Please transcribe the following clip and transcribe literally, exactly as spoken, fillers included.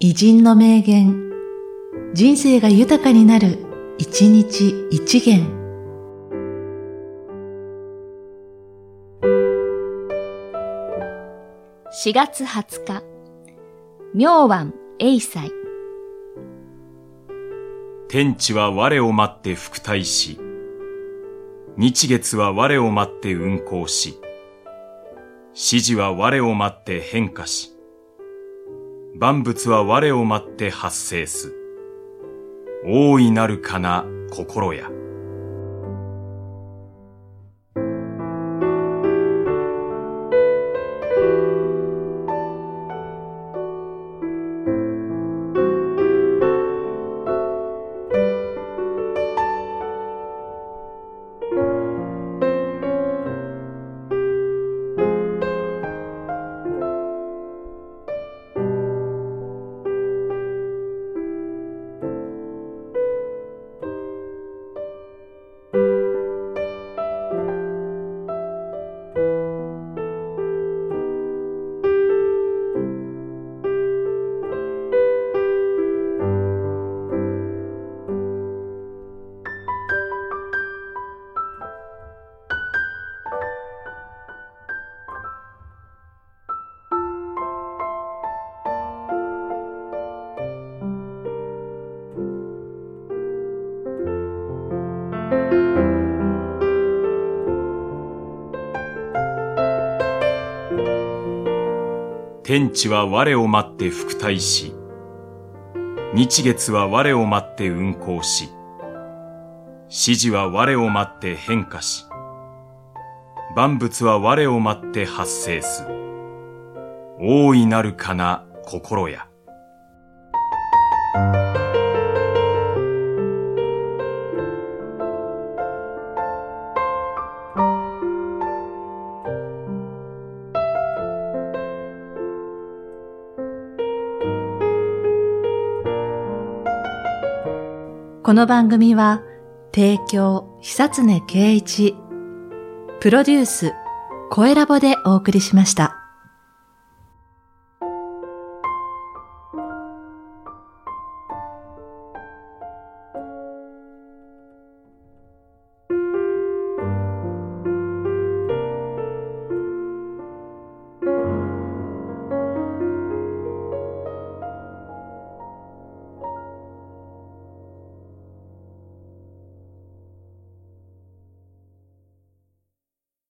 偉人の名言、人生が豊かになる、一日一元。 しがつはつか、明晩永斎。 天地は我を待って復泰し、日月は我を待って運行し、四時は我を待って変化し、万物は我を待って発生す。大いなるかな心や。天地は我を待って復泰し、日月は我を待って運行し、四時は我を待って変化し、万物は我を待って発生す。大いなるかな心や。 この番組は提供久常圭一、プロデュース声ラボでお送りしました。